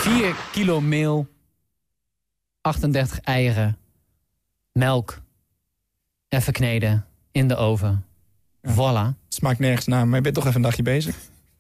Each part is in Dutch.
4 kilo meel, 38 eieren, melk, even kneden, in de oven. Ja. Voilà. Smaakt nergens naar, maar je bent toch even een dagje bezig.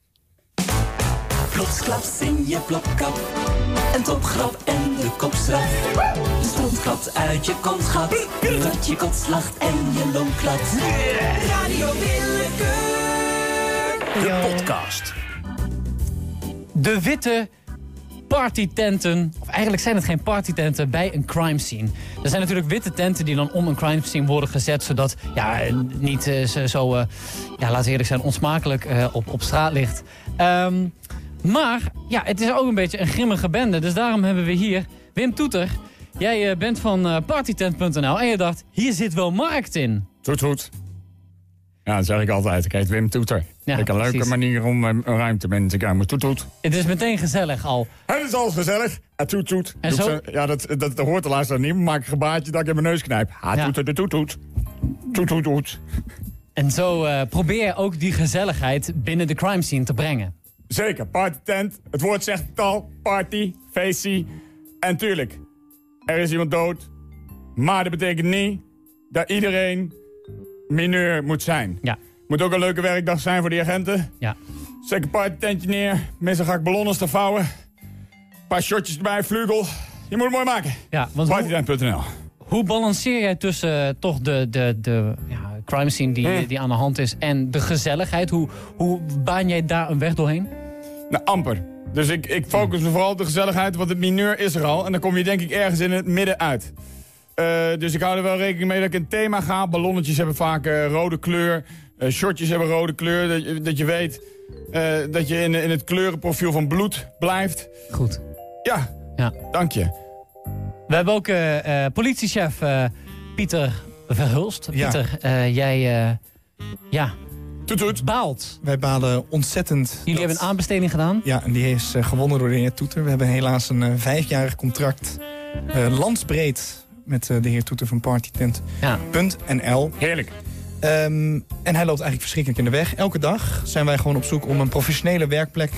Plotsklaps in je plopkap, een topgrap en de kopstraf. De stront klapt uit je kontgat, dat je kot lacht en je long klapt. Radio Willekeur. De podcast. De witte partytenten, of eigenlijk zijn het geen partytenten, bij een crime scene. Er zijn natuurlijk witte tenten die dan om een crime scene worden gezet, zodat niet zo, laten we eerlijk zijn, onsmakelijk op straat ligt. Maar ja, het is ook een beetje een grimmige bende, dus daarom hebben we hier Wim Toeter. Jij bent van partytent.nl en je dacht, hier zit wel markt in. Toet. Ja, dat zeg ik altijd. Ik heet Wim Toeter. Ja, een leuke precies. manier om een ruimte binnen te komen. Toet. Het is meteen gezellig al. Het is al gezellig. Toet. En zo? Ja, dat hoort de laatste niet. Maar maak een gebaartje dat ik in mijn neus knijp. Toet. En zo probeer je ook die gezelligheid binnen de crime scene te brengen. Zeker, partytent. Het woord zegt het al. Party, feestie. En tuurlijk, er is iemand dood. Maar dat betekent niet dat iedereen mineur moet zijn. Ja. Moet ook een leuke werkdag zijn voor die agenten. Ja. Zet een partytentje neer. Meestal ga ik ballonnen te vouwen. Een paar shotjes erbij, vlugel. Je moet het mooi maken. Ja, want Partytent.nl. hoe balanceer jij tussen toch de crime scene die aan de hand is en de gezelligheid? Hoe baan jij daar een weg doorheen? Nou, amper. Dus ik focus me vooral op de gezelligheid, want het mineur is er al. En dan kom je denk ik ergens in het midden uit. Dus ik hou er wel rekening mee dat ik een thema ga. Ballonnetjes hebben vaak rode kleur. Shortjes hebben rode kleur. Dat je weet dat je in het kleurenprofiel van bloed blijft. Goed. Ja. Dank je. We hebben ook politiechef Pieter Verhulst. Ja. Pieter, jij Toet. baalt. Wij balen ontzettend. Jullie hebben een aanbesteding gedaan. Ja, en die is gewonnen door de heer Toeter. We hebben helaas een 5-jarig contract landsbreed met de heer Toeter van partytent.nl. Heerlijk. En hij loopt eigenlijk verschrikkelijk in de weg. Elke dag zijn wij gewoon op zoek om een professionele werkplek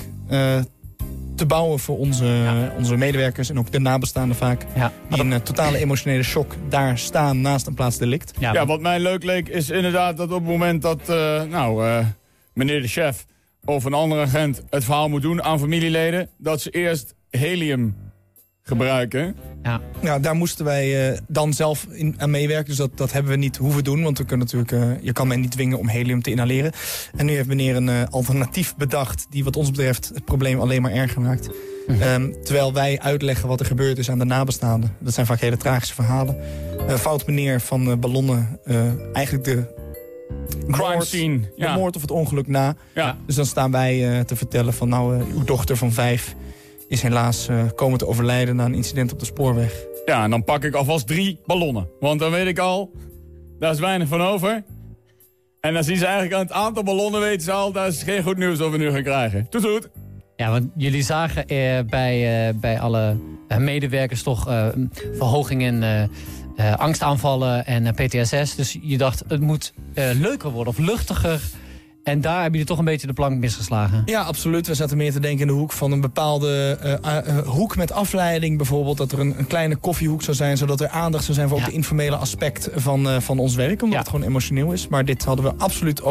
te bouwen voor onze medewerkers en ook de nabestaanden vaak. Ja. Die in een totale emotionele shock daar staan naast een plaatsdelict. Ja, wat mij leuk leek is inderdaad dat op het moment dat meneer de chef of een andere agent het verhaal moet doen aan familieleden, dat ze eerst helium gebruiken. Ja, daar moesten wij dan zelf aan meewerken. Dus dat hebben we niet hoeven doen. Want we kunnen natuurlijk, je kan men niet dwingen om helium te inhaleren. En nu heeft meneer een alternatief bedacht die wat ons betreft het probleem alleen maar erger maakt. Terwijl wij uitleggen wat er gebeurd is aan de nabestaanden. Dat zijn vaak hele tragische verhalen. Fout meneer van ballonnen eigenlijk de Crime scene. De moord of het ongeluk na. Ja. Dus dan staan wij te vertellen van uw dochter van 5... is helaas komen te overlijden na een incident op de spoorweg. Ja, en dan pak ik alvast 3 ballonnen. Want dan weet ik al, daar is weinig van over. En dan zien ze eigenlijk aan het aantal ballonnen, weten ze al, dat is geen goed nieuws dat we nu gaan krijgen. Toet. Ja, want jullie zagen bij alle medewerkers toch verhoging in angstaanvallen en PTSS. Dus je dacht, het moet leuker worden of luchtiger. En daar hebben jullie toch een beetje de plank misgeslagen. Ja, absoluut. We zaten meer te denken in de hoek van een bepaalde hoek met afleiding. Bijvoorbeeld dat er een kleine koffiehoek zou zijn, zodat er aandacht zou zijn voor ook de informele aspect van ons werk. Omdat het gewoon emotioneel is. Maar dit hadden we absoluut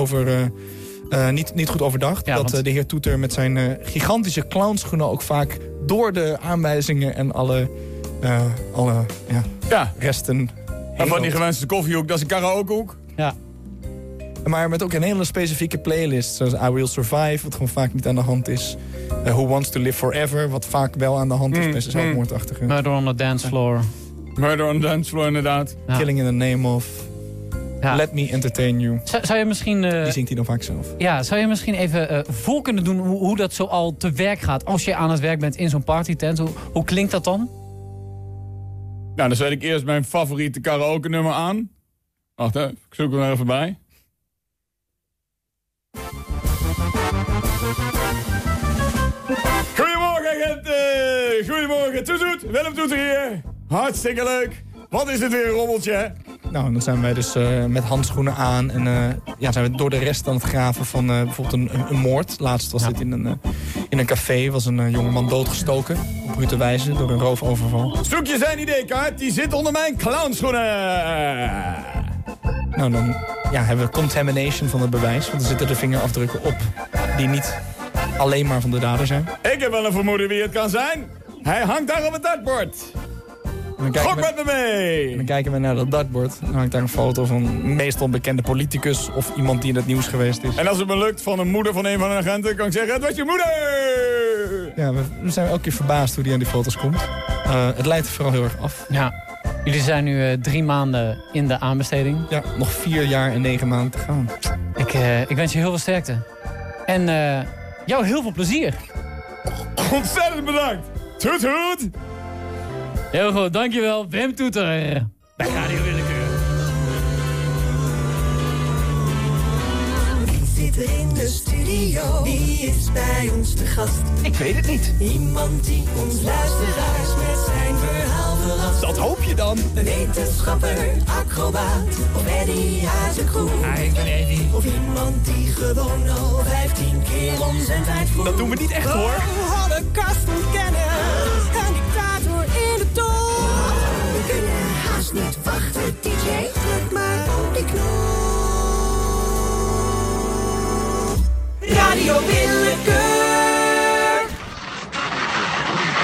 niet goed overdacht. Ja, dat de heer Toeter met zijn gigantische clownschoenen ook vaak door de aanwijzingen en alle resten. En van die gewenste koffiehoek, dat is een karaokehoek. Ja. Maar met ook een hele specifieke playlist. Zoals I Will Survive, wat gewoon vaak niet aan de hand is. Who Wants to Live Forever, wat vaak wel aan de hand is. Best zelfmoordachtige. Murder on the Dance Floor. Murder on the Dance Floor, inderdaad. Ja. Killing in the Name of. Ja. Let Me Entertain You. Zou je misschien... Die zingt hij dan vaak zelf. Ja, zou je misschien even voor kunnen doen hoe dat zo al te werk gaat? Als je aan het werk bent in zo'n partytent, hoe klinkt dat dan? Nou, dan zet ik eerst mijn favoriete karaoke nummer aan. Wacht even, ik zoek hem er even bij. Goedemorgen, agenten! Goedemorgen, Toet. Willem Toeter hier. Hartstikke leuk. Wat is dit weer een rommeltje, hè? Nou, en dan zijn wij dus met handschoenen aan en zijn we door de rest aan het graven van bijvoorbeeld een moord. Laatst was dit in een café, was een jongeman doodgestoken op brute wijze door een roofoverval. Zoek je zijn ID-kaart, die zit onder mijn clownschoenen. Nou, dan hebben we contamination van het bewijs, want er zitten de vingerafdrukken op die niet alleen maar van de dader zijn. Ik heb wel een vermoeden wie het kan zijn. Hij hangt daar op het dartbord. Gok met me mee! En dan kijken we naar dat dartbord. Dan hangt daar een foto van meestal een bekende politicus of iemand die in het nieuws geweest is. En als het me lukt van een moeder van een van de agenten, kan ik zeggen, het was je moeder! Ja, we zijn elke keer verbaasd hoe die aan die foto's komt. Het leidt vooral heel erg af. Ja. Jullie zijn nu 3 maanden in de aanbesteding. Ja, nog 4 jaar en 9 maanden te gaan. Ik wens je heel veel sterkte. En jou heel veel plezier. Ontzettend bedankt! Toet toet! Heel goed, dankjewel. Wim Toeter. Bij Radio Willekeur. Wie zit er in de studio? Wie is bij ons te gast? Ik weet het niet. Iemand die ons luisteraars met zijn verhaal verrast. Dat hoop je dan. Een wetenschapper, acrobaat of Eddie Hazenkoen. Ik ben Eddie. Of iemand die gewoon al 15 keer om zijn tijd vroeg. Dat doen we niet echt hoor. We hadden